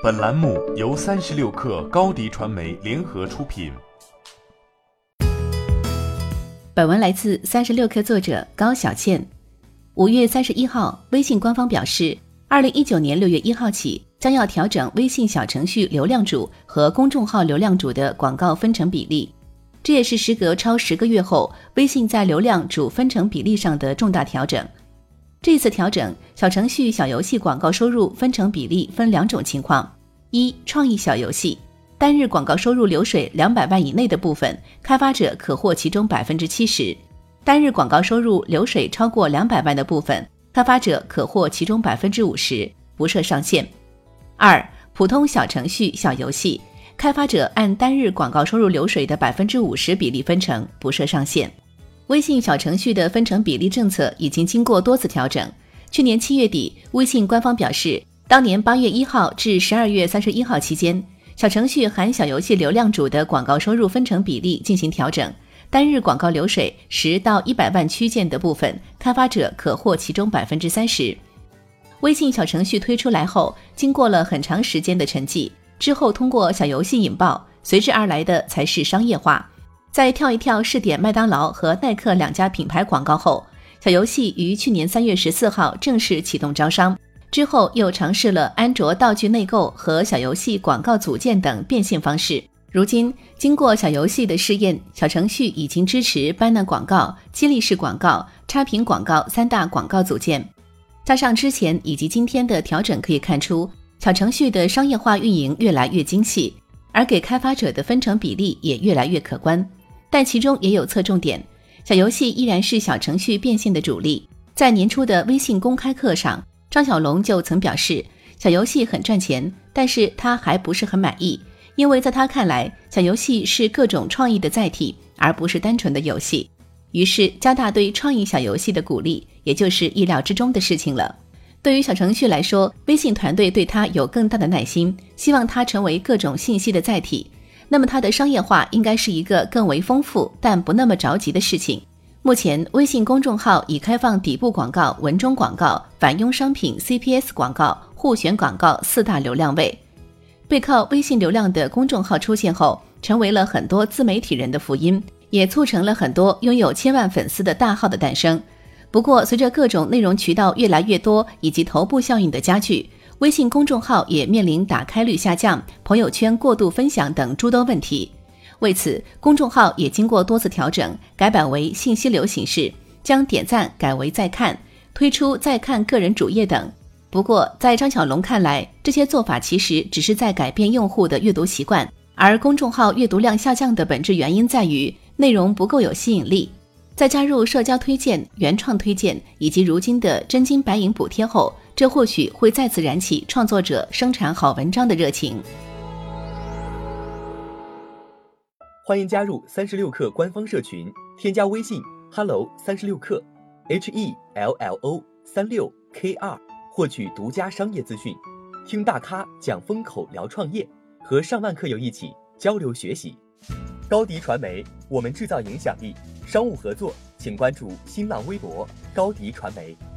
本栏目由36氪高迪传媒联合出品。 本文来自36氪作者高小倩。5月31号，微信官方表示，2019年6月1号起，将要调整微信小程序流量主和公众号流量主的广告分成比例。这也是时隔超10个月后，微信在流量主分成比例上的重大调整。这次调整，小程序小游戏广告收入分成比例分2种情况：一、创意小游戏，单日广告收入流水200万以内的部分，开发者可获其中 70%； 单日广告收入流水超过200万的部分，开发者可获其中 50%， 不设上限。二、普通小程序小游戏，开发者按单日广告收入流水的 50% 比例分成，不设上限。微信小程序的分成比例政策已经经过多次调整。去年7月底，微信官方表示，当年8月1号至12月31号期间，小程序含小游戏流量主的广告收入分成比例进行调整，单日广告流水10到100万区间的部分，开发者可获其中 30%。 微信小程序推出来后，经过了很长时间的沉寂，之后通过小游戏引爆，随之而来的才是商业化。在跳一跳试点麦当劳和耐克2家品牌广告后，小游戏于去年3月14号正式启动招商，之后又尝试了安卓道具内购和小游戏广告组件等变现方式。如今经过小游戏的试验，小程序已经支持 banner 广告、激励式广告、插屏广告3大广告组件。加上之前以及今天的调整，可以看出小程序的商业化运营越来越精细，而给开发者的分成比例也越来越可观。但其中也有侧重点，小游戏依然是小程序变现的主力。在年初的微信公开课上，张小龙就曾表示，小游戏很赚钱，但是他还不是很满意，因为在他看来，小游戏是各种创意的载体，而不是单纯的游戏。于是加大对创意小游戏的鼓励，也就是意料之中的事情了。对于小程序来说，微信团队对它有更大的耐心，希望它成为各种信息的载体。那么它的商业化应该是一个更为丰富但不那么着急的事情。目前微信公众号已开放底部广告、文中广告、返佣商品 CPS 广告、互选广告4大流量位。背靠微信流量的公众号出现后，成为了很多自媒体人的福音，也促成了很多拥有1000万粉丝的大号的诞生。不过随着各种内容渠道越来越多以及头部效应的加剧，微信公众号也面临打开率下降、朋友圈过度分享等诸多问题。为此，公众号也经过多次调整，改版为信息流形式，将点赞改为再看，推出再看个人主页等。不过在张小龙看来，这些做法其实只是在改变用户的阅读习惯，而公众号阅读量下降的本质原因在于内容不够有吸引力。在加入社交推荐、原创推荐以及如今的真金白银补贴后，这或许会再次燃起创作者生产好文章的热情。 欢迎加入36氪官方社群，添加微信 hello 36氪 HELLO36K2，获取独家商业资讯，听大咖讲风口聊创业，和上万客友一起交流学习。高迪传媒，我们制造影响力。商务合作请关注新浪微博高迪传媒。